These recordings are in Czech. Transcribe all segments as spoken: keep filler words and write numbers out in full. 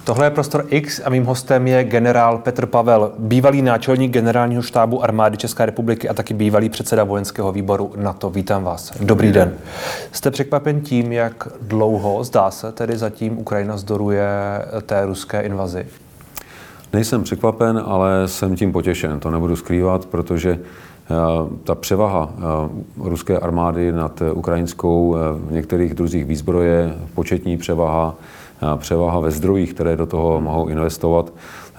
Tohle je Prostor X a mým hostem je generál Petr Pavel, bývalý náčelník generálního štábu armády České republiky a taky bývalý předseda vojenského výboru NATO. Vítám vás. Dobrý den. Jste překvapen tím, jak dlouho, zdá se, tedy zatím Ukrajina vzdoruje té ruské invazi? Nejsem překvapen, ale jsem tím potěšen. To nebudu skrývat, protože ta převaha ruské armády nad ukrajinskou v některých druzích výzbroje, početní převaha, převaha ve zdrojích, které do toho mohou investovat,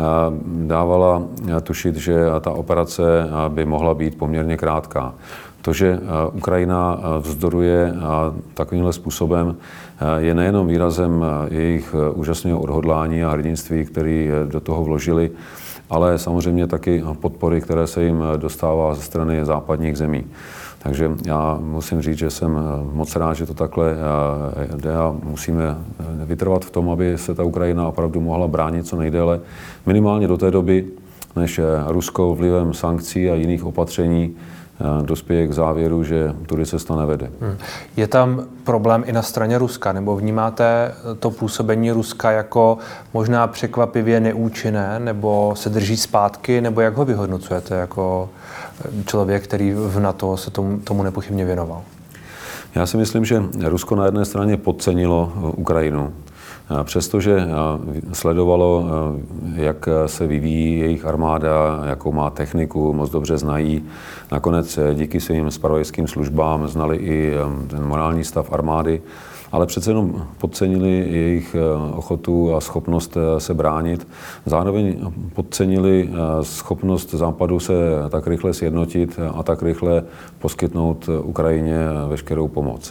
dávala tušit, že ta operace by mohla být poměrně krátká. To, že Ukrajina vzdoruje takovýmhle způsobem, je nejenom výrazem jejich úžasného odhodlání a hrdinství, který do toho vložili, ale samozřejmě taky podpory, které se jim dostává ze strany západních zemí. Takže já musím říct, že jsem moc rád, že to takhle jde a musíme vytrvat v tom, aby se ta Ukrajina opravdu mohla bránit co nejdéle, minimálně do té doby, než Rusko vlivem sankcí a jiných opatření dospěje k závěru, že tudy cesta nevede. Hmm. Je tam problém i na straně Ruska, nebo vnímáte to působení Ruska jako možná překvapivě neúčinné, nebo se drží zpátky, nebo jak ho vyhodnocujete jako člověk, který v NATO se tomu, tomu nepochybně věnoval? Já si myslím, že Rusko na jedné straně podcenilo Ukrajinu. Přestože sledovalo, jak se vyvíjí jejich armáda, jakou má techniku, moc dobře znají. Nakonec díky svým zpravodajským službám znali i ten morální stav armády, ale přece jenom podcenili jejich ochotu a schopnost se bránit. Zároveň podcenili schopnost Západu se tak rychle sjednotit a tak rychle poskytnout Ukrajině veškerou pomoc.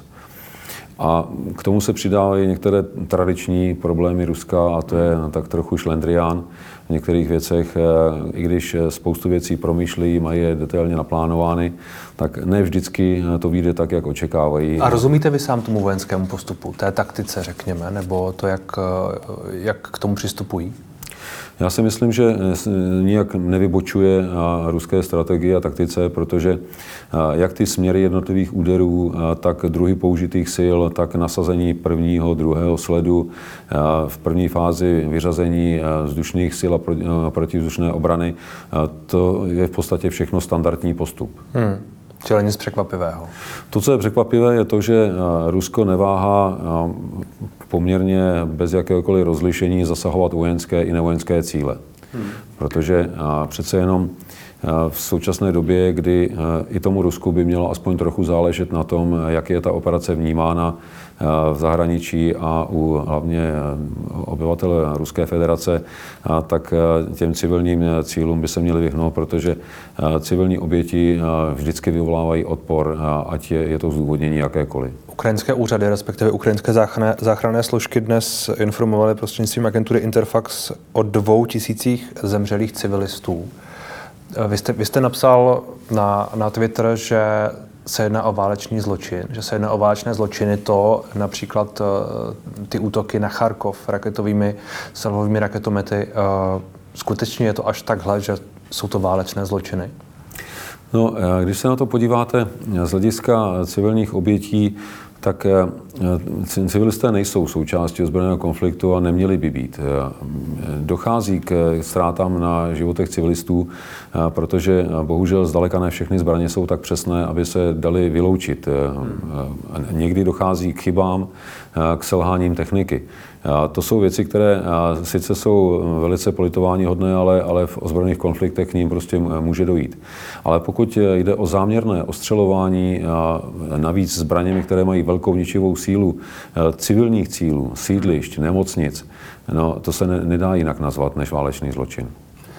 A k tomu se přidávají některé tradiční problémy Ruska, a to je tak trochu šlendrián v některých věcech. I když spoustu věcí promýšlí, mají je detailně naplánovány, tak ne vždycky to vyjde tak, jak očekávají. A rozumíte vy sám tomu vojenskému postupu, té taktice, řekněme, nebo to, jak, jak k tomu přistupují? Já si myslím, že nijak nevybočuje ruské strategie a taktice, protože jak ty směry jednotlivých úderů, tak druhy použitých sil, tak nasazení prvního, druhého sledu, v první fázi vyřazení vzdušných sil a protivzdušné obrany, to je v podstatě všechno standardní postup. Hmm. Čili nic překvapivého. To, co je překvapivé, je to, že Rusko neváhá poměrně bez jakéhokoliv rozlišení zasahovat vojenské i nevojenské cíle. Hmm. Protože přece jenom v současné době, kdy i tomu Rusku by mělo aspoň trochu záležet na tom, jak je ta operace vnímána v zahraničí a u hlavně obyvatel Ruské federace, tak těm civilním cílům by se měli vyhnout, protože civilní oběti vždycky vyvolávají odpor, ať je, je to zdůvodnění jakékoliv. Ukrajinské úřady, respektive ukrajinské záchranné, záchranné složky dnes informovaly prostřednictvím agentury Interfax o dvou tisících zemřelých civilistů. Vy jste, vy jste napsal na, na Twitter, že se jedná o válečný zločin, že se jedná o válečné zločiny, to například ty útoky na Charkov raketovými, salvovými raketomety. Skutečně je to až takhle, že jsou to válečné zločiny? No, když se na to podíváte z hlediska civilních obětí, tak civilisté nejsou součástí ozbrojeného konfliktu a neměli by být. Dochází k ztrátám na životech civilistů, protože bohužel zdaleka ne všechny zbraně jsou tak přesné, aby se daly vyloučit. Někdy dochází k chybám, k selháním techniky. To jsou věci, které sice jsou velice politováníhodné, ale, ale v ozbrojených konfliktech k ním prostě může dojít. Ale pokud jde o záměrné ostřelování, navíc zbraněmi, které mají velkou ničivou sílu, civilních cílů, sídlišť, nemocnic, no, to se ne, nedá jinak nazvat než válečný zločin.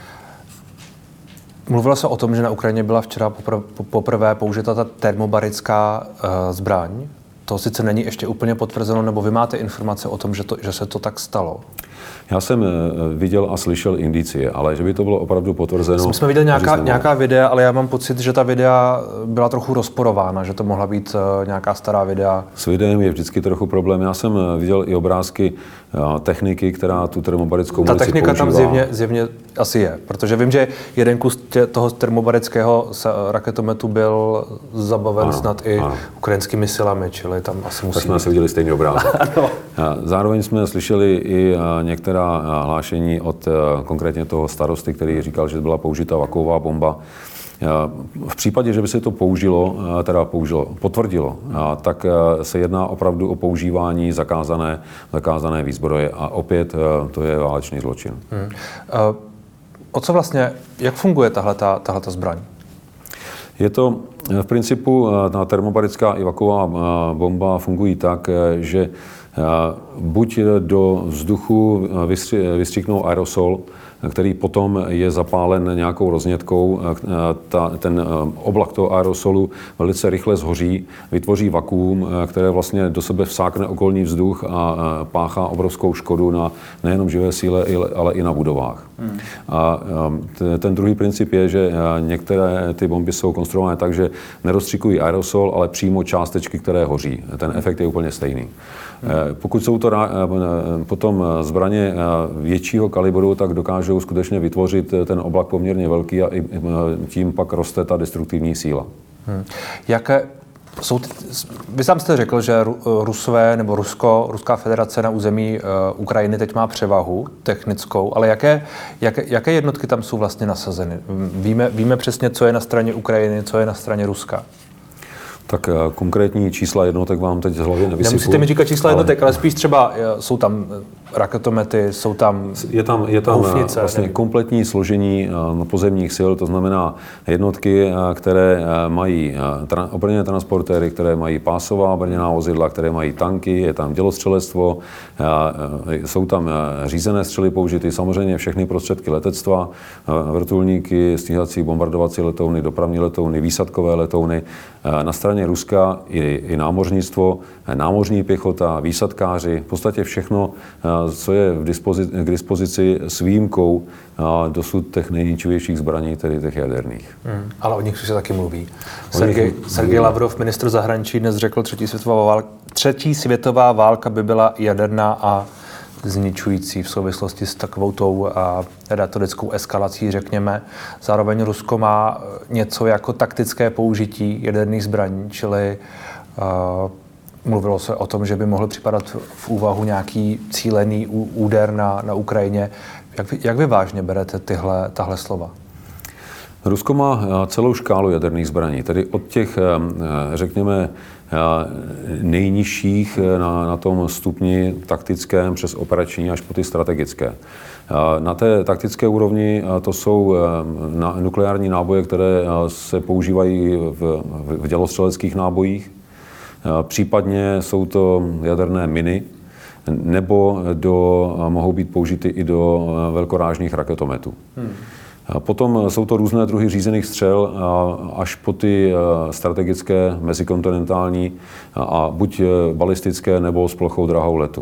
Mluvilo se o tom, že na Ukrajině byla včera popr- poprvé použita ta termobarická uh, zbraň. To sice není ještě úplně potvrzeno, nebo vy máte informace o tom, že, to, že se to tak stalo? Já jsem viděl a slyšel indicie, ale že by to bylo opravdu potvrzeno... My jsme viděli nějaká, nějaká videa, ale já mám pocit, že ta videa byla trochu rozporována, že to mohla být nějaká stará videa. S videem je vždycky trochu problém. Já jsem viděl i obrázky techniky, která tu termobarickou munici Ta technika používá. Tam zjevně, zjevně asi je, protože vím, že jeden kus tě, toho termobarického raketometu byl zabaven ano, snad i ano. ukrajinskými silami, čili tam asi musí... Tak jsme asi viděli stejný obrázek. Zároveň jsme slyšeli i některé některá hlášení od konkrétně toho starosty, který říkal, že byla použita vakuová bomba. V případě, že by se to použilo, teda použilo, potvrdilo, tak se jedná opravdu o používání zakázané, zakázané výzbroje a opět to je válečný zločin. Hmm. Uh, o co vlastně, jak funguje tahleta, tahleta zbraň? Je to v principu, ta termobarická i vakuová bomba fungují tak, že buď do vzduchu vystříknou aerosol, který potom je zapálen nějakou roznětkou. Ta, ten oblak toho aerosolu velice rychle zhoří, vytvoří vakuum, které vlastně do sebe vsákne okolní vzduch a páchá obrovskou škodu na nejenom živé síle, ale i na budovách. Hmm. A ten druhý princip je, že některé ty bomby jsou konstruované tak, že nerozstřikují aerosol, ale přímo částečky, které hoří. Ten efekt je úplně stejný. Hmm. Pokud jsou to potom zbraně většího kalibru, tak dokážou skutečně vytvořit ten oblak poměrně velký a tím pak roste ta destruktivní síla. Hmm. Jaké jsou ty, vy sám jste řekl, že Rusové nebo Rusko, Ruská federace na území uh, Ukrajiny teď má převahu technickou, ale jaké, jaké, jaké jednotky tam jsou vlastně nasazeny? Víme, víme přesně, co je na straně Ukrajiny, co je na straně Ruska? Tak konkrétní čísla jednotek vám teď z hlavy nevysypu. Nemusíte mi říkat čísla jednotek, ale, ale spíš třeba jsou tam raketomety, jsou tam Je tam, je tam houfnice, vlastně nevím. kompletní složení pozemních sil, to znamená jednotky, které mají obrněné transportéry, které mají pásová obrněná vozidla, které mají tanky, je tam dělostřelectvo, jsou tam řízené střely použity, samozřejmě všechny prostředky letectva, vrtulníky, stíhací bombardovací letouny, dopravní letouny, výsadkové letouny. Na straně Ruska i, i námořnictvo, námořní pěchota, výsadkáři, v podstatě všechno, co je v dispozici, k dispozici s výjimkou dosud těch nejničivějších zbraní, tedy těch jaderných. Hmm, ale o nich se taky mluví. Sergej, Sergej Lavrov, ministr zahraničí, dnes řekl, třetí světová válka, třetí světová válka by byla jaderná a zničující v souvislosti s takovou tou retorickou eskalací, řekněme. Zároveň Rusko má něco jako taktické použití jaderných zbraní, čili uh, mluvilo se o tom, že by mohl připadat v úvahu nějaký cílený úder na, na Ukrajině. Jak vy, jak vy vážně berete tyhle, tahle slova? Rusko má celou škálu jaderných zbraní, tedy od těch, řekněme, nejnižších na, na tom stupni taktickém přes operační až po ty strategické. Na té taktické úrovni to jsou nukleární náboje, které se používají v, v dělostřeleckých nábojích. Případně jsou to jaderné miny, nebo do, mohou být použity i do velkorážných raketometů. Hmm. Potom jsou to různé druhy řízených střel až po ty strategické, mezikontinentální a buď balistické nebo s plochou drahou letu.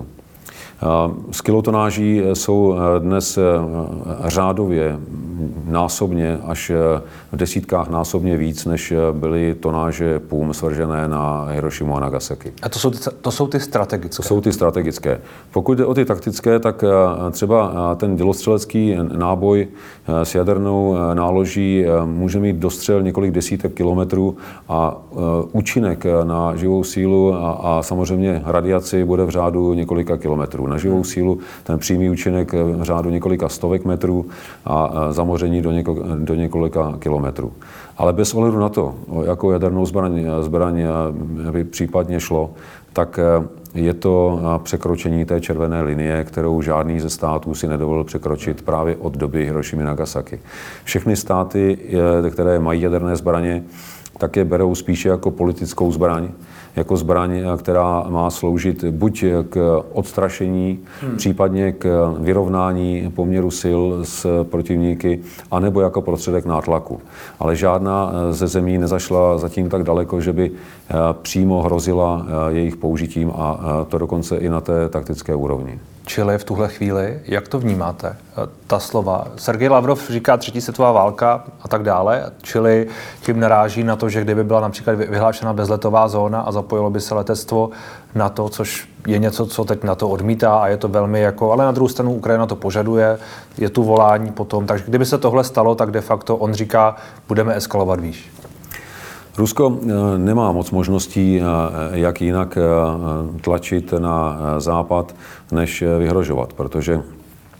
Z kilotonáží jsou dnes řádově násobně až v desítkách násobně víc, než byly tonáže pům svržené na Hirošimu a Nagasaki. A to jsou, ty, to jsou ty strategické? To jsou ty strategické. Pokud jde o ty taktické, tak třeba ten dělostřelecký náboj s jadernou náloží může mít dostřel několik desítek kilometrů a účinek na živou sílu a, a samozřejmě radiaci bude v řádu několika kilometrů. Na živou sílu ten přímý účinek v řádu několika stovek metrů a zamoření do, něko, do několika kilometrů. Ale bez ohledu na to, o jakou jadernou zbraň, zbraň by případně šlo, tak je to překročení té červené linie, kterou žádný ze států si nedovolil překročit právě od doby Hirošimy a Nagasaki. Všechny státy, které mají jaderné zbraně, tak je berou spíše jako politickou zbraň, jako zbraň, která má sloužit buď k odstrašení, hmm. případně k vyrovnání poměru sil s protivníky, anebo jako prostředek nátlaku. Ale žádná ze zemí nezašla zatím tak daleko, že by přímo hrozila jejich použitím a to dokonce i na té taktické úrovni. Čili v tuhle chvíli, jak to vnímáte, ta slova? Sergej Lavrov říká třetí světová válka a tak dále, čili tím naráží na to, že kdyby byla například vyhlášena bezletová zóna a zapojilo by se letectvo na to, což je něco, co teď na to odmítá a je to velmi jako, ale na druhou stranu Ukrajina to požaduje, je tu volání potom, takže kdyby se tohle stalo, tak de facto on říká, budeme eskalovat výš. Rusko nemá moc možností, jak jinak tlačit na Západ, než vyhrožovat, protože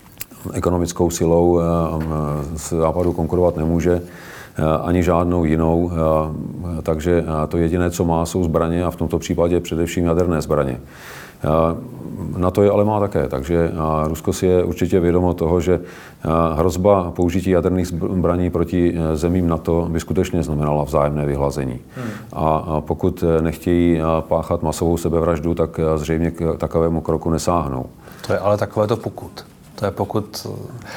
ekonomickou silou z západu konkurovat nemůže, ani žádnou jinou, takže to jediné, co má, jsou zbraně a v tomto případě především jaderné zbraně. Na to je ale má také, takže Rusko si je určitě vědomo toho, že hrozba použití jaderných zbraní proti zemím NATO by skutečně znamenala vzájemné vyhlazení. Hmm. A pokud nechtějí páchat masovou sebevraždu, tak zřejmě k takovému kroku nesáhnou. To je ale takovéto pokud. To je pokud,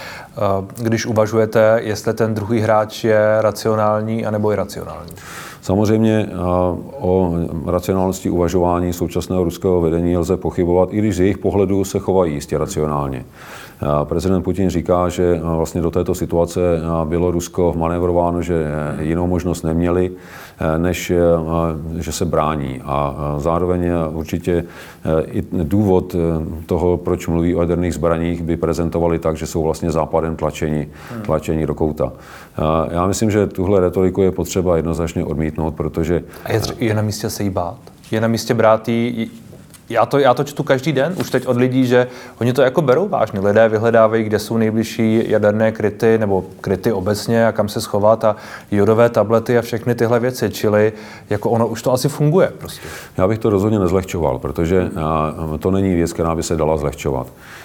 když uvažujete, jestli ten druhý hráč je racionální anebo iracionální. Samozřejmě o racionálnosti uvažování současného ruského vedení lze pochybovat, i když z jejich pohledu se chovají jistě racionálně. Prezident Putin říká, že vlastně do této situace bylo Rusko vmanévrováno, že jinou možnost neměli, než že se brání. A zároveň určitě i důvod toho, proč mluví o jaderných zbraních, by prezentovali tak, že jsou vlastně západem tlačeni, tlačeni do kouta. Já myslím, že tuhle retoriku je potřeba jednoznačně odmítnout, protože... A je, je na místě se jí bát? Je na místě brát jí... Já to, já to čtu každý den, už teď od lidí, že oni to jako berou vážně. Lidé vyhledávají, kde jsou nejbližší jaderné kryty nebo kryty obecně a kam se schovat a jodové tablety a všechny tyhle věci. Čili jako ono už to asi funguje prostě. Já bych to rozhodně nezlehčoval, protože to není věc, která by se dala zlehčovat.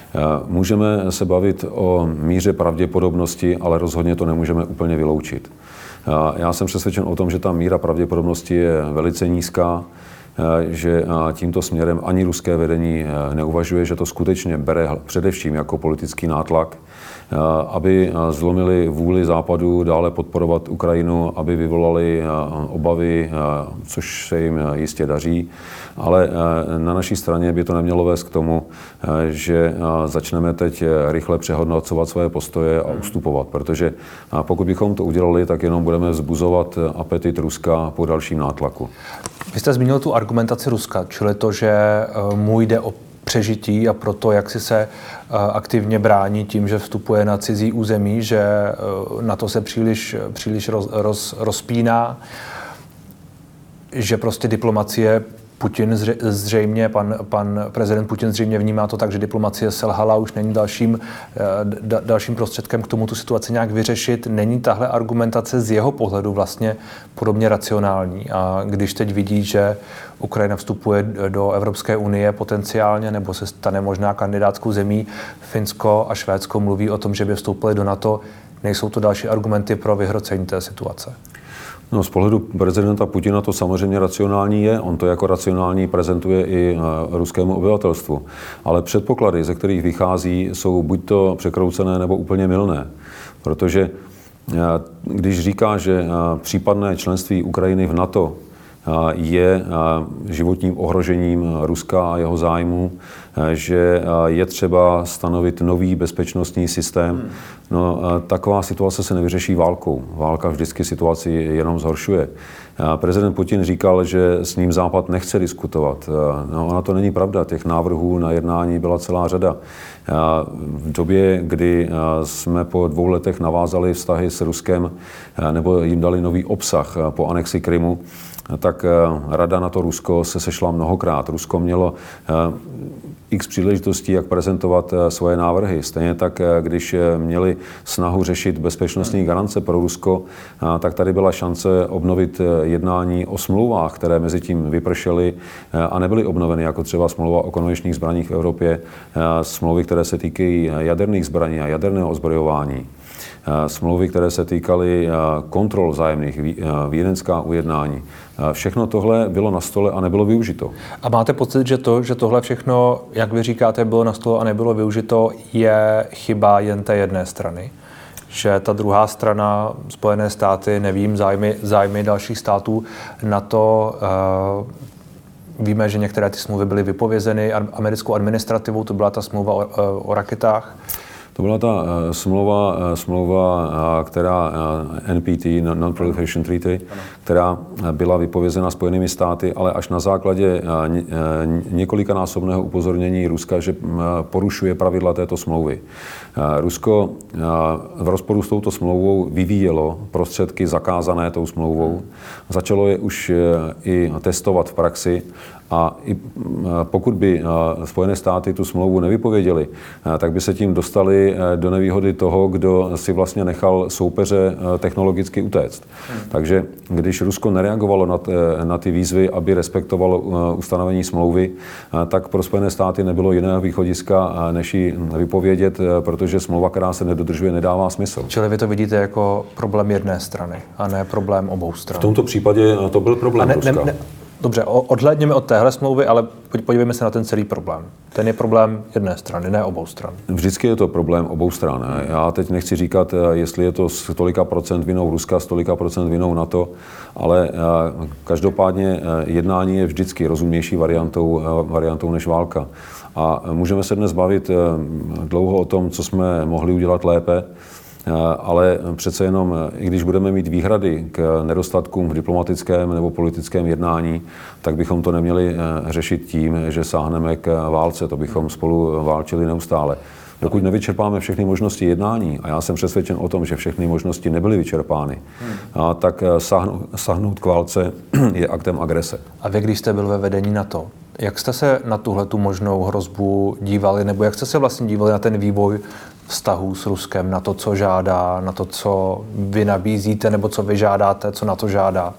Můžeme se bavit o míře pravděpodobnosti, ale rozhodně to nemůžeme úplně vyloučit. Já jsem přesvědčen o tom, že ta míra pravděpodobnosti je velice nízká, že tímto směrem ani ruské vedení neuvažuje, že to skutečně bere především jako politický nátlak, aby zlomili vůli Západu dále podporovat Ukrajinu, aby vyvolali obavy, což se jim jistě daří. Ale na naší straně by to nemělo vést k tomu, že začneme teď rychle přehodnocovat své postoje a ustupovat, protože pokud bychom to udělali, tak jenom budeme vzbuzovat apetit Ruska po dalším nátlaku. Vy jste zmínil tu argumentaci Ruska, čili to, že mu jde o přežití a proto, jak si se aktivně brání tím, že vstupuje na cizí území, že na to se příliš, příliš roz, roz, rozpíná, že prostě diplomacie Putin zřejmě, pan, pan prezident Putin zřejmě vnímá to tak, že diplomacie selhala, už není dalším, da, dalším prostředkem k tomu tu situaci nějak vyřešit. Není tahle argumentace z jeho pohledu vlastně podobně racionální? A když teď vidí, že Ukrajina vstupuje do Evropské unie potenciálně, nebo se stane možná kandidátskou zemí, Finsko a Švédsko mluví o tom, že by vstoupili do NATO, nejsou to další argumenty pro vyhrocení té situace? No, z pohledu prezidenta Putina to samozřejmě racionální je. On to jako racionální prezentuje i ruskému obyvatelstvu. Ale předpoklady, ze kterých vychází, jsou buď to překroucené nebo úplně mylné. Protože když říká, že případné členství Ukrajiny v NATO je životním ohrožením Ruska a jeho zájmu, že je třeba stanovit nový bezpečnostní systém. No, taková situace se nevyřeší válkou. Válka vždycky situaci jenom zhoršuje. Prezident Putin říkal, že s ním Západ nechce diskutovat. No, ona to není pravda. Těch návrhů na jednání byla celá řada. V době, kdy jsme po dvou letech navázali vztahy s Ruskem nebo jim dali nový obsah po anexi Krymu, tak Rada NATO Rusko se sešla mnohokrát. Rusko mělo x příležitostí, jak prezentovat svoje návrhy. Stejně tak, když měli snahu řešit bezpečnostní garance pro Rusko, tak tady byla šance obnovit jednání o smlouvách, které mezi tím vypršely a nebyly obnoveny, jako třeba smlouva o konvenčních zbraních v Evropě, smlouvy, které se týkají jaderných zbraní a jaderného ozbrojování, smlouvy, které se týkaly kontrol vzájemných, vídeňská ujednání. Všechno tohle bylo na stole a nebylo využito. A máte pocit, že to, že tohle všechno, jak vy říkáte, bylo na stole a nebylo využito, je chyba jen té jedné strany? Že ta druhá strana, Spojené státy, nevím, zájmy, zájmy dalších států na to, uh, víme, že některé ty smlouvy byly vypovězeny americkou administrativou, to byla ta smlouva o, o raketách. To byla ta smlouva, smlouva, která N P T, Non-Proliferation Treaty, která byla vypovězena Spojenými státy, ale až na základě několikanásobného upozornění Ruska, že porušuje pravidla této smlouvy. Rusko v rozporu s touto smlouvou vyvíjelo prostředky zakázané tou smlouvou. Začalo je už i testovat v praxi A i pokud by Spojené státy tu smlouvu nevypověděly, tak by se tím dostali do nevýhody toho, kdo si vlastně nechal soupeře technologicky utéct. Hmm. Takže když Rusko nereagovalo na, na ty výzvy, aby respektovalo ustanovení smlouvy, tak pro Spojené státy nebylo jiného východiska, než ji vypovědět, protože smlouva, která se nedodržuje, nedává smysl. Čili vy to vidíte jako problém jedné strany a ne problém obou stran. V tomto případě to byl problém ne, Ruska. Ne, ne, dobře, odhlédněme od téhle smlouvy, ale podívejme se na ten celý problém. Ten je problém jedné strany, ne obou stran. Vždycky je to problém obou stran. Já teď nechci říkat, jestli je to z tolika procent vinou Ruska, z tolika procent vinou NATO, ale každopádně jednání je vždycky rozumnější variantou, variantou než válka. A můžeme se dnes bavit dlouho o tom, co jsme mohli udělat lépe, ale přece jenom, i když budeme mít výhrady k nedostatkům v diplomatickém nebo politickém jednání, tak bychom to neměli řešit tím, že sáhneme k válce. To bychom spolu válčili neustále. Dokud nevyčerpáme všechny možnosti jednání, a já jsem přesvědčen o tom, že všechny možnosti nebyly vyčerpány, hmm. a tak sáhnout, sáhnout k válce je aktem agrese. A vy, když jste byl ve vedení NATO, jak jste se na tuhletu možnou hrozbu dívali, nebo jak jste se vlastně dívali na ten vývoj vztahů s Ruskem, na to, co žádá, na to, co vy nabízíte, nebo co vy žádáte, co NATO žádá?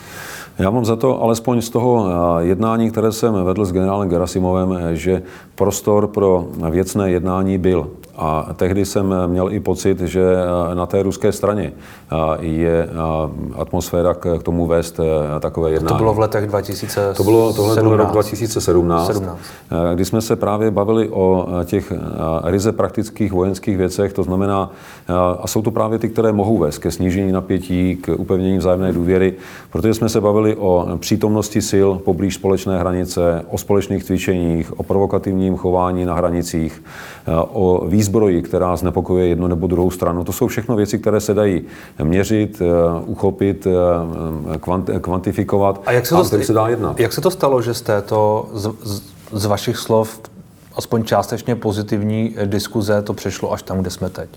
Já mám za to, alespoň z toho jednání, které jsem vedl s generálem Gerasimovem, že prostor pro věcné jednání byl. A tehdy jsem měl i pocit, že na té ruské straně je atmosféra k tomu vést takové jednání. To bylo v letech dva tisíce sedmnáct. To bylo, tohle byl rok dva tisíce sedmnáct, sedmnáct. Kdy jsme se právě bavili o těch ryze praktických vojenských věcech, to znamená, a jsou to právě ty, které mohou vést ke snížení napětí, k upevnění vzájemné důvěry, protože jsme se bavili o přítomnosti sil poblíž společné hranice, o společných cvičeních, o provokativním chování na hranicích, o výzbroji, která znepokojuje jednu nebo druhou stranu. To jsou všechno věci, které se dají měřit, uchopit, kvantifikovat a, jak se, a to, se dá jednat. Jak se to stalo, že z této, z, z, z vašich slov, aspoň částečně pozitivní diskuze, to přešlo až tam, kde jsme teď?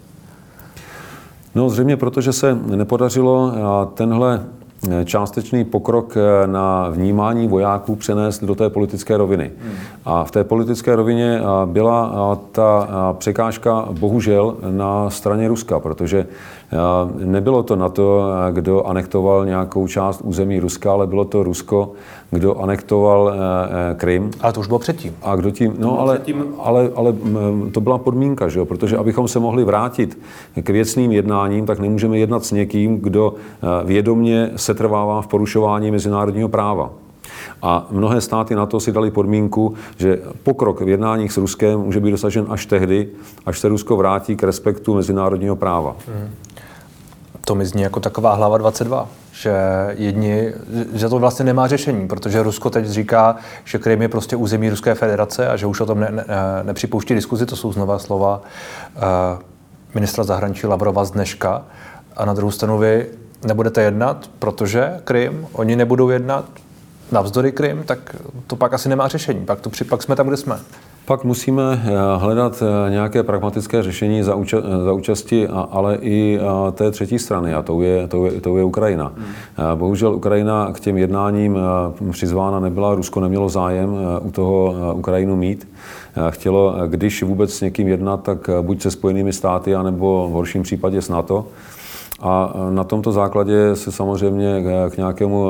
No zřejmě, protože se nepodařilo tenhle částečný pokrok na vnímání vojáků přenést do té politické roviny. Hmm. A v té politické rovině byla ta překážka bohužel na straně Ruska, protože nebylo to NATO, kdo anektoval nějakou část území Ruska, ale bylo to Rusko, kdo anektoval Krym. Ale to už bylo předtím. A kdo tím, no ale, ale, ale to byla podmínka, že jo? Protože abychom se mohli vrátit k věcným jednáním, tak nemůžeme jednat s někým, kdo vědomě setrvává v porušování mezinárodního práva. A mnohé státy NATO si dali podmínku, že pokrok v jednáních s Ruskem může být dosažen až tehdy, až se Rusko vrátí k respektu mezinárodního práva. Hmm. To mi zní jako taková hlava dvacet dva, že jedni, že to vlastně nemá řešení, protože Rusko teď říká, že Krym je prostě území Ruské federace a že už o tom ne, ne, nepřipouští diskuzi, to jsou znova slova uh, ministra zahraničí Lavrova z dneška. A na druhou stranu vy nebudete jednat, protože Krym, oni nebudou jednat navzdory Krym, tak to pak asi nemá řešení, pak, to, pak jsme tam, kde jsme. Pak musíme hledat nějaké pragmatické řešení za, úča- za účasti, ale i té třetí strany, a tou je, tou je, tou je Ukrajina. Hmm. Bohužel Ukrajina k těm jednáním přizvána nebyla, Rusko nemělo zájem u toho Ukrajinu mít. Chtělo, když vůbec s někým jednat, tak buď se Spojenými státy, anebo v horším případě s NATO. A na tomto základě se samozřejmě k nějakému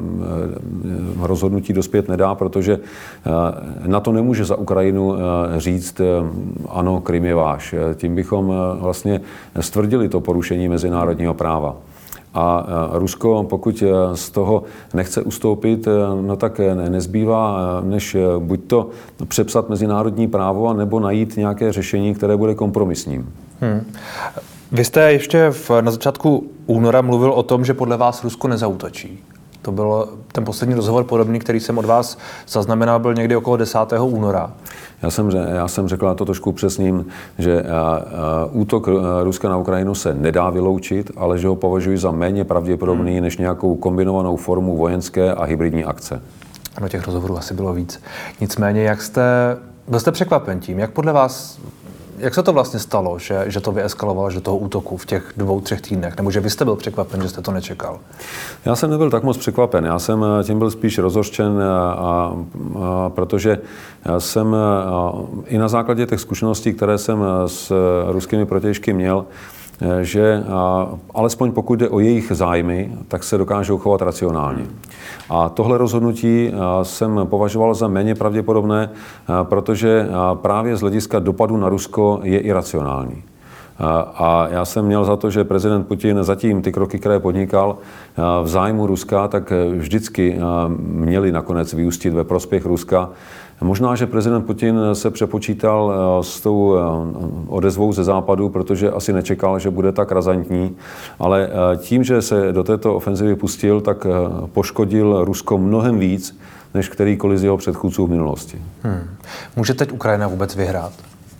rozhodnutí dospět nedá, protože na to nemůže za Ukrajinu říct ano, Krym je váš. Tím bychom vlastně stvrdili to porušení mezinárodního práva. A Rusko, pokud z toho nechce ustoupit, no tak nezbývá, než buď to přepsat mezinárodní právo, nebo najít nějaké řešení, které bude kompromisním. Hmm. Vy jste ještě v, na začátku února mluvil o tom, že podle vás Rusko nezaútočí. To byl ten poslední rozhovor podobný, který jsem od vás zaznamenal, byl někdy okolo desátého února. Já jsem, já jsem řekl, a to trošku upřesním, že útok Ruska na Ukrajinu se nedá vyloučit, ale že ho považuji za méně pravděpodobný hmm. než nějakou kombinovanou formu vojenské a hybridní akce. Ano, těch rozhovorů asi bylo víc. Nicméně, jak jste, byl jste překvapen tím, jak podle vás Jak se to vlastně stalo, že, že to vyeskalovalo, že toho útoku v těch dvou, třech týdnech? Nebo že vy jste byl překvapen, že jste to nečekal? Já jsem nebyl tak moc překvapen. Já jsem tím byl spíš rozhořčen, a, a, a, protože já jsem a, i na základě těch zkušeností, které jsem s ruskými protějšky měl, že a, alespoň pokud jde o jejich zájmy, tak se dokážou chovat racionálně. A tohle rozhodnutí a, jsem považoval za méně pravděpodobné, a, protože a, právě z hlediska dopadu na Rusko je iracionální. A, a já jsem měl za to, že prezident Putin zatím ty kroky, které podnikal a, v zájmu Ruska, tak vždycky a, měli nakonec vyústit ve prospěch Ruska. Možná, že prezident Putin se přepočítal s tou odezvou ze západu, protože asi nečekal, že bude tak razantní, ale tím, že se do této ofenzivy pustil, tak poškodil Rusko mnohem víc, než kterýkoliv z jeho předchůdců v minulosti. Hmm. Může teď Ukrajina vůbec vyhrát?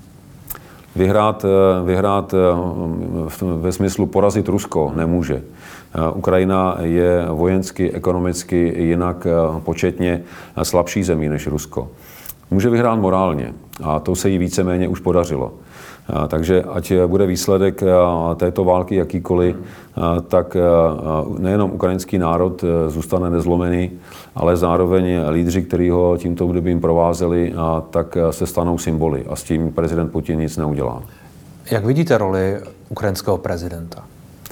Vyhrát, vyhrát ve smyslu porazit Rusko nemůže. Ukrajina je vojensky, ekonomicky jinak početně slabší zemí než Rusko. Může vyhrát morálně a to se jí víceméně už podařilo. Takže ať bude výsledek této války jakýkoliv, tak nejenom ukrajinský národ zůstane nezlomený, ale zároveň lídři, kteří ho tímto obdobím provázeli, tak se stanou symboly a s tím prezident Putin nic neudělá. Jak vidíte roli ukrajinského prezidenta?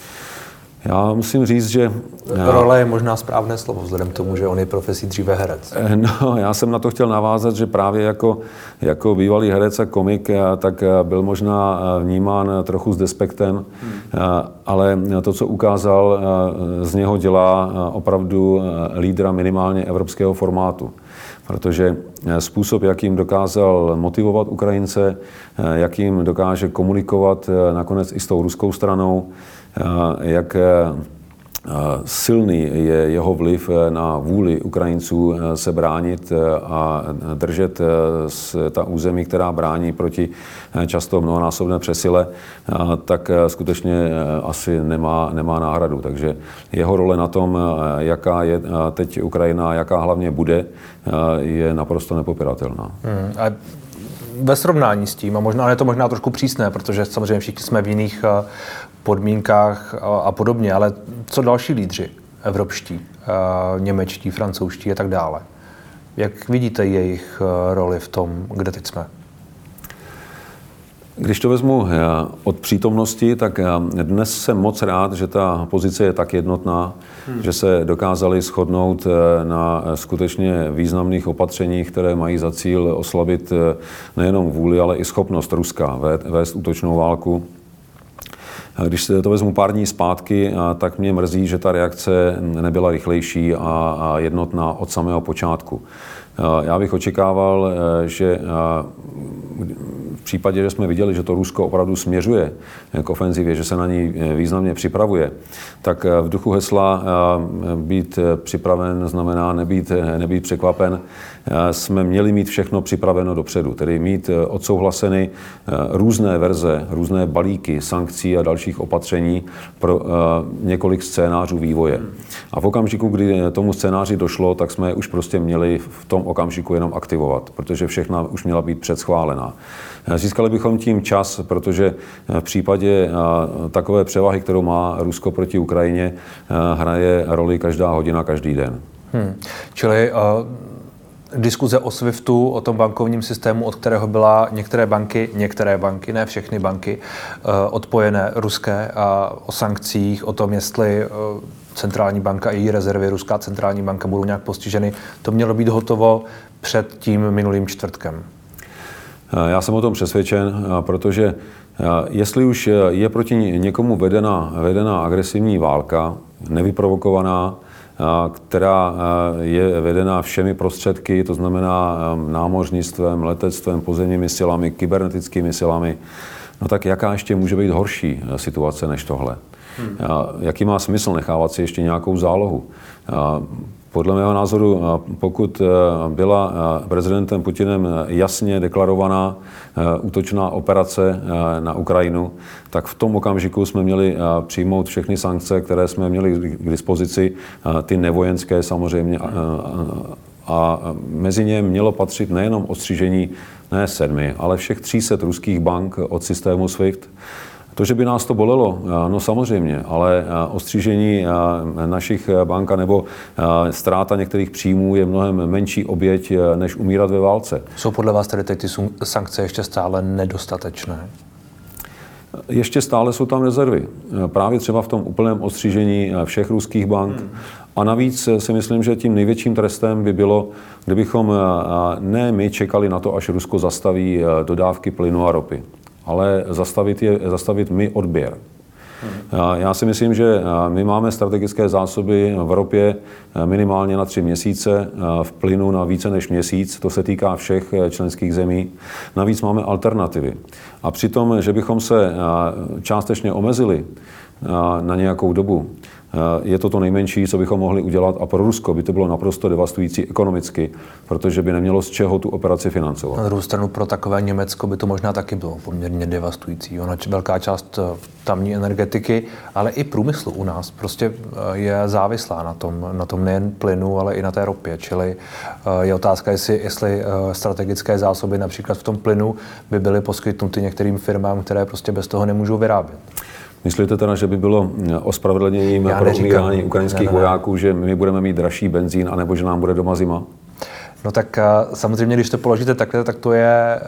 Já musím říct, že... Role je možná správné slovo, vzhledem k tomu, že on je profesí dříve herec. No, já jsem na to chtěl navázat, že právě jako, jako bývalý herec a komik, tak byl možná vnímán trochu s despektem, hmm. ale to, co ukázal, z něho dělá opravdu lídra minimálně evropského formátu. Protože způsob, jakým dokázal motivovat Ukrajince, jakým dokáže komunikovat nakonec i s tou ruskou stranou, jak silný je jeho vliv na vůli Ukrajinců se bránit a držet ta území, která brání proti často mnohonásobné přesile, tak skutečně asi nemá, nemá náhradu. Takže jeho role na tom, jaká je teď Ukrajina, jaká hlavně bude, je naprosto nepopiratelná. Hmm, a ve srovnání s tím, a možná je to možná trošku přísné, protože samozřejmě všichni jsme v jiných podmínkách a podobně, ale co další lídři evropští, němečtí, francouzští a tak dále? Jak vidíte jejich roli v tom, kde teď jsme? Když to vezmu od přítomnosti, tak dnes jsem moc rád, že ta pozice je tak jednotná, hmm. že se dokázali shodnout na skutečně významných opatřeních, které mají za cíl oslabit nejenom vůli, ale i schopnost Ruska vést útočnou válku. Když to vezmu pár dní zpátky, tak mě mrzí, že ta reakce nebyla rychlejší a jednotná od samého počátku. Já bych očekával, že v případě, že jsme viděli, že to Rusko opravdu směřuje k ofenzivě, že se na ní významně připravuje, tak v duchu hesla být připraven znamená nebýt, nebýt překvapen. Jsme měli mít všechno připraveno dopředu, tedy mít odsouhlaseny různé verze, různé balíky sankcí a dalších opatření pro několik scénářů vývoje. A v okamžiku, kdy tomu scénáři došlo, tak jsme už prostě měli v tom okamžiku jenom aktivovat, protože všechna už měla být předschválená. Získali bychom tím čas, protože v případě takové převahy, kterou má Rusko proti Ukrajině, hraje roli každá hodina, každý den. Hmm. Čili uh, diskuze o SWIFTu, o tom bankovním systému, od kterého byla některé banky, některé banky, ne všechny banky, uh, odpojené ruské, a o sankcích, o tom, jestli uh, centrální banka a její rezervy, ruská centrální banka, budou nějak postiženy. To mělo být hotovo před tím minulým čtvrtkem. Já jsem o tom přesvědčen, protože jestli už je proti někomu vedena, vedena agresivní válka, nevyprovokovaná, která je vedena všemi prostředky, to znamená námořnictvem, letectvem, pozemními silami, kybernetickými silami, no tak jaká ještě může být horší situace než tohle? Hmm. Jaký má smysl nechávat si ještě nějakou zálohu? Podle mého názoru, pokud byla prezidentem Putinem jasně deklarovaná útočná operace na Ukrajinu, tak v tom okamžiku jsme měli přijmout všechny sankce, které jsme měli k dispozici, ty nevojenské samozřejmě A mezi ně mělo patřit nejenom odstřižení ne sedmi, ale všech tří set ruských bank od systému SWIFT. To, že by nás to bolelo, no samozřejmě, ale ostřížení našich bank nebo ztráta některých příjmů je mnohem menší oběť, než umírat ve válce. Jsou podle vás tedy teď ty sankce ještě stále nedostatečné? Ještě stále jsou tam rezervy. Právě třeba v tom úplném ostřížení všech ruských bank. Hmm. A navíc si myslím, že tím největším trestem by bylo, kdybychom ne my čekali na to, až Rusko zastaví dodávky plynu a ropy, ale zastavit, je, zastavit my odběr. Hmm. Já si myslím, že my máme strategické zásoby v ropě minimálně na tři měsíce, v plynu na více než měsíc, to se týká všech členských zemí. Navíc máme alternativy. A přitom, že bychom se částečně omezili na nějakou dobu, je to to nejmenší, co bychom mohli udělat, a pro Rusko by to bylo naprosto devastující ekonomicky, protože by nemělo z čeho tu operaci financovat. Na druhou stranu pro takové Německo by to možná taky bylo poměrně devastující. Ona velká část tamní energetiky, ale i průmyslu u nás prostě je závislá na tom, na tom nejen plynu, ale i na té ropě. Čili je otázka, jestli, jestli strategické zásoby například v tom plynu by byly poskytnuty některým firmám, které prostě bez toho nemůžou vyrábět. Myslíte teda, že by bylo ospravedlněním pro umírání ukrajinských ne, ne, ne. vojáků, že my budeme mít dražší benzín, anebo že nám bude doma zima? No tak samozřejmě, když to položíte takhle, tak to je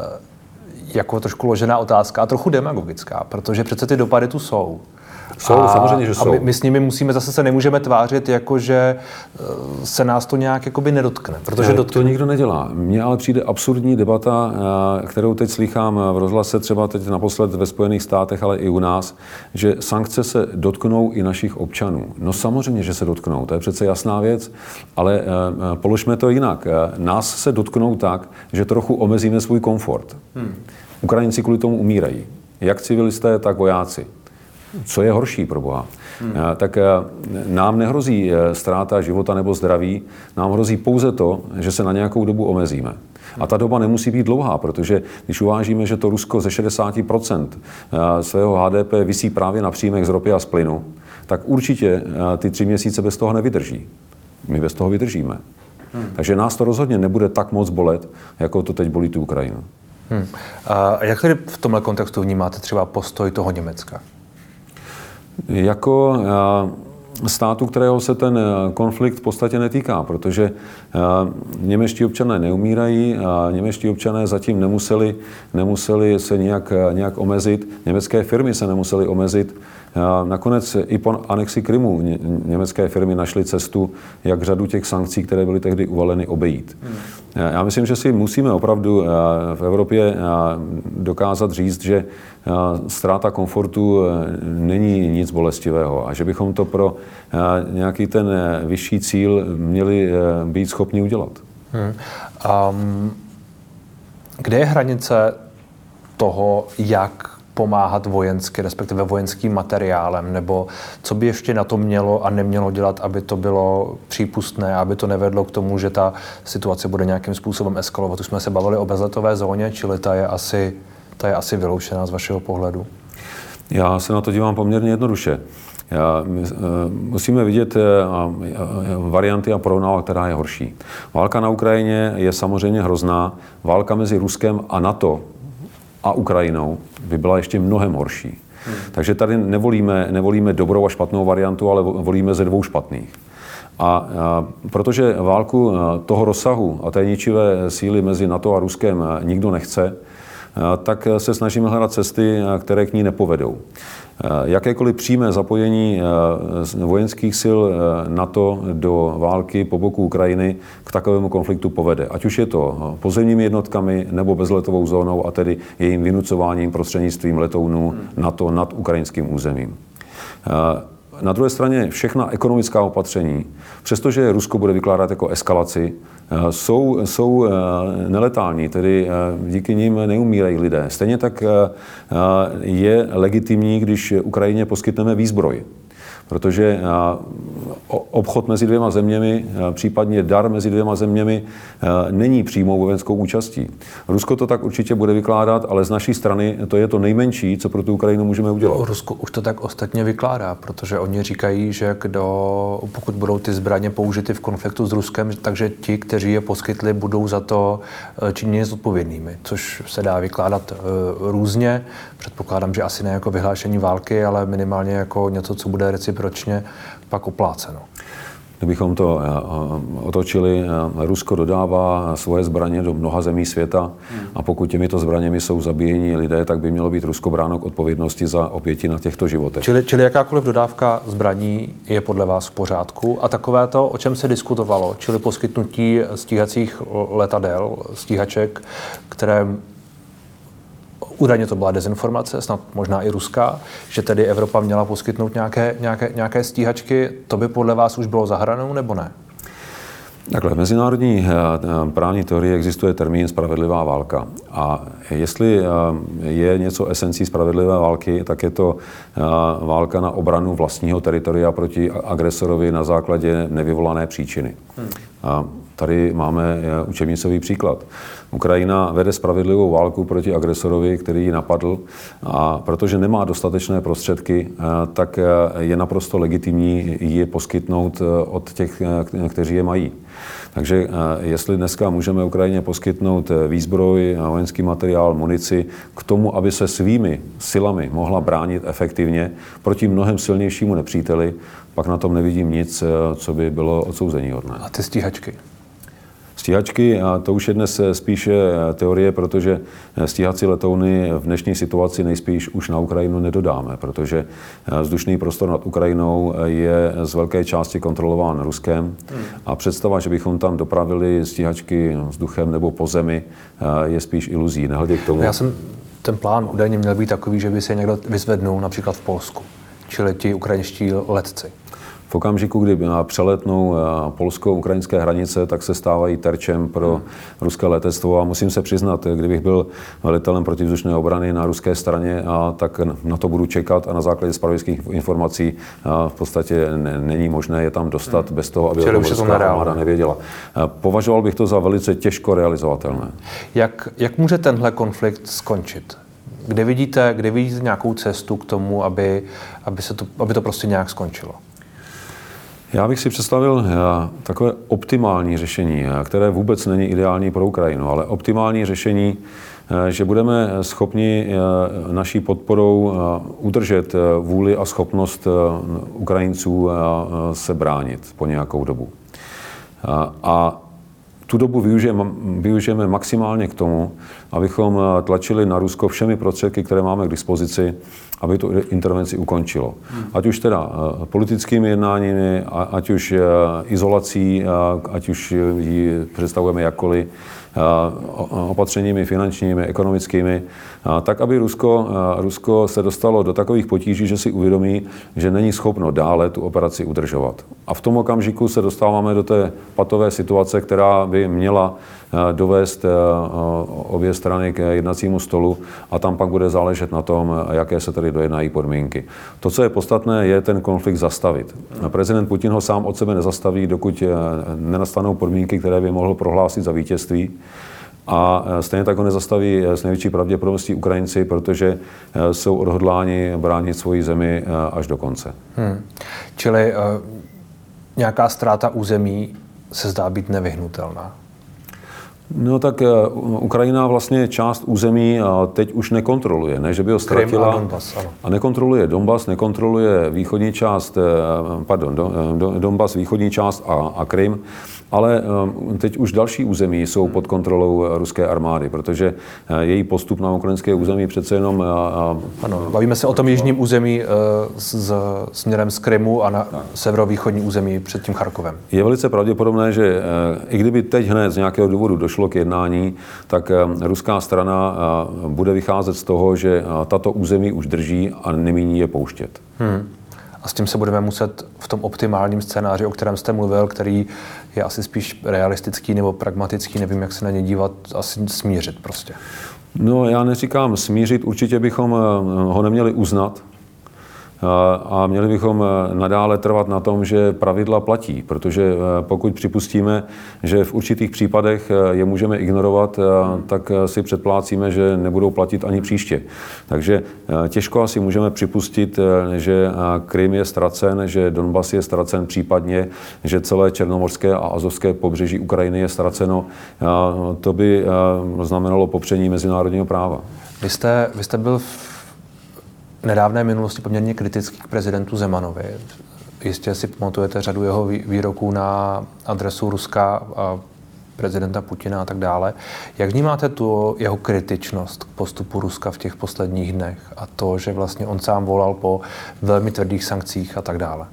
jako trošku ložená otázka a trochu demagogická, protože přece ty dopady tu jsou. Jsou, a, samozřejmě, že jsou. A my, my s nimi musíme, zase se nemůžeme tvářit, jako že se nás to nějak jakoby nedotkne. Protože dotkne... To nikdo nedělá. Mně ale přijde absurdní debata, kterou teď slýchám v rozhlase, třeba teď naposled ve Spojených státech, ale i u nás, že sankce se dotknou i našich občanů. No samozřejmě, že se dotknou, to je přece jasná věc, ale položme to jinak. Nás se dotknou tak, že trochu omezíme svůj komfort. Hmm. Ukrajinci kvůli tomu umírají. Jak civilisté, tak vojáci. Co je horší pro Boha? Hmm. Tak nám nehrozí ztráta života nebo zdraví, nám hrozí pouze to, že se na nějakou dobu omezíme. A ta doba nemusí být dlouhá, protože když uvážíme, že to Rusko ze šedesát procent svého H D P visí právě na příjmech z ropy a z plynu, tak určitě ty tři měsíce bez toho nevydrží. My bez toho vydržíme. Hmm. Takže nás to rozhodně nebude tak moc bolet, jako to teď bolí tu Ukrajinu. Hmm. A jak tedy v tomhle kontextu vnímáte třeba postoj toho Německa? Jako státu, kterého se ten konflikt v podstatě netýká, protože němečtí občané neumírají, a němečtí občané zatím nemuseli, nemuseli se nějak, nějak omezit, německé firmy se nemusely omezit. Nakonec i po anexi Krymu německé firmy našly cestu, jak řadu těch sankcí, které byly tehdy uvaleny, obejít. Hmm. Já myslím, že si musíme opravdu v Evropě dokázat říct, že ztráta komfortu není nic bolestivého a že bychom to pro nějaký ten vyšší cíl měli být schopni udělat. Hmm. Um, kde je hranice toho, jak pomáhat vojensky, respektive vojenským materiálem, nebo co by ještě na to mělo a nemělo dělat, aby to bylo přípustné, aby to nevedlo k tomu, že ta situace bude nějakým způsobem eskalovat. Už jsme se bavili o bezletové zóně, čili ta je asi, ta je asi vyloučená z vašeho pohledu. Já se na to dívám poměrně jednoduše. Já, my, musíme vidět varianty a porovnávat, která je horší. Válka na Ukrajině je samozřejmě hrozná. Válka mezi Ruskem a NATO a Ukrajinou by byla ještě mnohem horší. Hmm. Takže tady nevolíme, nevolíme dobrou a špatnou variantu, ale volíme ze dvou špatných. A, a protože válku toho rozsahu a té ničivé síly mezi NATO a Ruskem nikdo nechce, tak se snažíme hledat cesty, které k ní nepovedou. Jakékoliv přímé zapojení vojenských sil NATO do války po boku Ukrajiny k takovému konfliktu povede. Ať už je to pozemními jednotkami nebo bezletovou zónou a tedy jejím vynucováním prostřednictvím letounů NATO nad ukrajinským územím. Na druhé straně všechna ekonomická opatření, přestože Rusko bude vykládat jako eskalaci, jsou, jsou neletální, tedy díky nim neumírají lidé. Stejně tak je legitimní, když Ukrajině poskytneme výzbroj. protože obchod mezi dvěma zeměmi, případně dar mezi dvěma zeměmi není přímou vojenskou účastí. Rusko to tak určitě bude vykládat, ale z naší strany to je to nejmenší, co pro tu Ukrajinu můžeme udělat. Rusko už to tak ostatně vykládá, protože oni říkají, že kdo, pokud budou ty zbraně použity v konfliktu s Ruskem, takže ti, kteří je poskytli, budou za to činěni zodpovědnými, což se dá vykládat uh, různě. Předpokládám, že asi ne jako vyhlášení války, ale minimálně jako něco, co bude recipročně pak opláceno. Kdybychom to otočili, Rusko dodává svoje zbraně do mnoha zemí světa a pokud těmito zbraněmi jsou zabíjeni lidé, tak by mělo být Rusko bráno k odpovědnosti za oběti na těchto životech. Čili, čili jakákoliv dodávka zbraní je podle vás v pořádku a takové to, o čem se diskutovalo, čili poskytnutí stíhacích letadel, stíhaček, které údajně to byla dezinformace, snad možná i ruská, že tedy Evropa měla poskytnout nějaké, nějaké, nějaké stíhačky. To by podle vás už bylo za hranou, nebo ne? Takhle, v mezinárodní právní teorii existuje termín spravedlivá válka. A jestli je něco esencí spravedlivé války, tak je to válka na obranu vlastního teritoria proti agresorovi na základě nevyvolané příčiny. Hmm. A tady máme učebnicový příklad. Ukrajina vede spravedlivou válku proti agresorovi, který ji napadl, a protože nemá dostatečné prostředky, tak je naprosto legitimní ji poskytnout od těch, kteří je mají. Takže jestli dneska můžeme Ukrajině poskytnout výzbroj, vojenský materiál, munici k tomu, aby se svými silami mohla bránit efektivně proti mnohem silnějšímu nepříteli, pak na tom nevidím nic, co by bylo odsouzeníhodné. A ty stíhačky? Stíhačky, a to už je dnes spíše teorie, protože stíhací letouny v dnešní situaci nejspíš už na Ukrajinu nedodáme, protože vzdušný prostor nad Ukrajinou je z velké části kontrolován Ruskem a představa, že bychom tam dopravili stíhačky vzduchem nebo po zemi, je spíš iluzí, nehledě k tomu. Já jsem, ten plán údajně měl být takový, že by se někdo vyzvednul například v Polsku, čili ti ukrajinští letci. V okamžiku, kdy přeletnou polsko-ukrajinské hranice, tak se stávají terčem pro hmm. ruské letectvo a musím se přiznat, kdybych byl velitelem protivzdušné obrany na ruské straně, a tak na to budu čekat a na základě zpravodajských informací v podstatě není možné je tam dostat hmm. bez toho, aby o ruská armáda nevěděla. Považoval bych to za velice těžko realizovatelné. Jak, jak může tenhle konflikt skončit? Kde vidíte, kde vidíte nějakou cestu k tomu, aby, aby, se to, aby to prostě nějak skončilo? Já bych si představil takové optimální řešení, které vůbec není ideální pro Ukrajinu, ale optimální řešení, že budeme schopni naší podporou udržet vůli a schopnost Ukrajinců se bránit po nějakou dobu. A tu dobu využijeme, využijeme maximálně k tomu, abychom tlačili na Rusko všemi prostředky, které máme k dispozici, aby tu intervenci ukončilo. Ať už teda politickými jednáními, ať už izolací, ať už ji představujeme jakkoliv, opatřeními finančními, ekonomickými, tak, aby Rusko, Rusko se dostalo do takových potíží, že si uvědomí, že není schopno dále tu operaci udržovat. A v tom okamžiku se dostáváme do té patové situace, která by měla dovést obě strany k jednacímu stolu a tam pak bude záležet na tom, jaké se tedy dojednají podmínky. To, co je podstatné, je ten konflikt zastavit. Prezident Putin ho sám od sebe nezastaví, dokud nenastanou podmínky, které by mohl prohlásit za vítězství. A stejně tak ho nezastaví s největší pravděpodobností Ukrajinci, protože jsou odhodláni bránit svoji zemi až do konce. Hmm. Čili uh, nějaká ztráta území se zdá být nevyhnutelná. No tak Ukrajina vlastně část území teď už nekontroluje, ne, že by ho ztratila. Krym a Donbas, ano. A nekontroluje Donbas, nekontroluje východní část, pardon, Donbas, východní část a, a Krym, ale teď už další území jsou pod kontrolou ruské armády, protože její postup na ukrajinské území přece jenom... Ano, bavíme se o tom jižním území s směrem z Krymu a na severovýchodní území před tím Charkovem. Je velice pravděpodobné, že i kdyby teď hned z nějakého důvodu došlo k jednání, tak ruská strana bude vycházet z toho, že tato území už drží a nemíní je pouštět. Hmm. A s tím se budeme muset v tom optimálním scénáři, o kterém jste mluvil, který je asi spíš realistický nebo pragmatický, nevím, jak se na ně dívat, asi smířit prostě. No, já neříkám smířit, určitě bychom ho neměli uznat. a měli bychom nadále trvat na tom, že pravidla platí, protože pokud připustíme, že v určitých případech je můžeme ignorovat, tak si předplácíme, že nebudou platit ani příště. Takže těžko asi můžeme připustit, že Krym je ztracen, že Donbas je ztracen případně, že celé černomorské a azovské pobřeží Ukrajiny je ztraceno. To by znamenalo popření mezinárodního práva. Vy jste, vy jste byl v nedávné minulosti poměrně kritický k prezidentu Zemanovi. Jistě si pamatujete řadu jeho výroků na adresu Ruska a prezidenta Putina a tak dále. Jak vnímáte tu jeho kritičnost k postupu Ruska v těch posledních dnech a to, že vlastně on sám volal po velmi tvrdých sankcích a tak dále?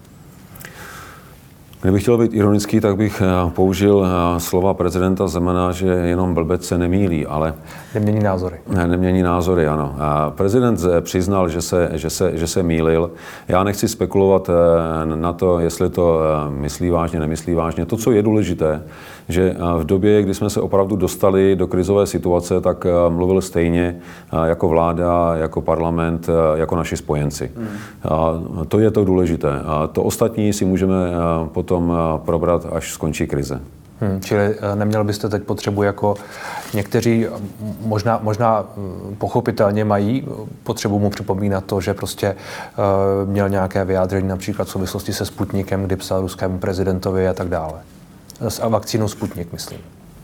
Kdybych chtěl být ironický, tak bych použil slova prezidenta Zemana, že jenom blbec se nemýlí, ale... Nemění názory. Ne, nemění názory, ano. Prezident přiznal, že se, že se, že se mýlil. Já nechci spekulovat na to, jestli to myslí vážně, nemyslí vážně. To, co je důležité, že v době, kdy jsme se opravdu dostali do krizové situace, tak mluvil stejně jako vláda, jako parlament, jako naši spojenci. Hmm. To je to důležité. To ostatní si můžeme potom probrat, až skončí krize. Hmm, čili neměl byste teď potřebu, jako někteří možná, možná pochopitelně mají potřebu mu připomínat to, že prostě uh, měl nějaké vyjádření například v souvislosti se Sputnikem, kdy psal ruskému prezidentovi a tak dále. A vakcínou Sputnik, myslím.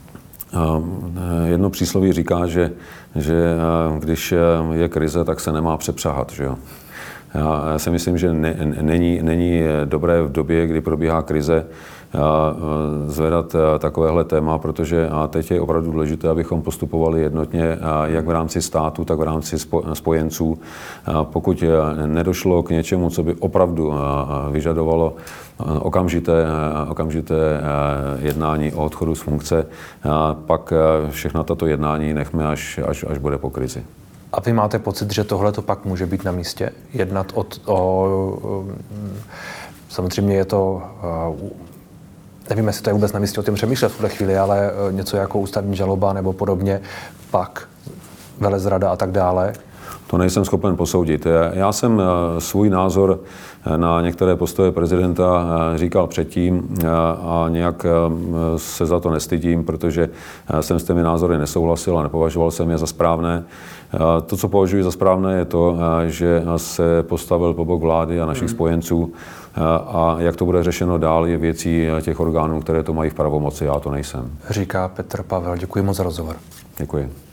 Jedno přísloví říká, že, že když je krize, tak se nemá přepřahat, že jo? Já si myslím, že ne, není, není dobré v době, kdy probíhá krize, zvedat takovéhle téma, protože teď je opravdu důležité, abychom postupovali jednotně jak v rámci státu, tak v rámci spojenců. Pokud nedošlo k něčemu, co by opravdu vyžadovalo okamžité, okamžité jednání o odchodu z funkce, pak všechna tato jednání nechme, až, až, až bude po krizi. A vy máte pocit, že tohle to pak může být na místě? Jednat o, o samozřejmě je to, nevím, jestli to je vůbec na místě o tom přemýšlet v tuhle chvíli, ale něco jako ústavní žaloba nebo podobně, pak velezrada a tak dále. To nejsem schopen posoudit. Já jsem svůj názor na některé postoje prezidenta říkal předtím a nějak se za to nestydím, protože jsem s těmi názory nesouhlasil a nepovažoval jsem je za správné. To, co považuji za správné, je to, že se postavil po bok vlády a našich hmm. spojenců a jak to bude řešeno dál, je věcí těch orgánů, které to mají v pravomoci, já to nejsem. Říká Petr Pavel. Děkuji moc za rozhovor. Děkuji.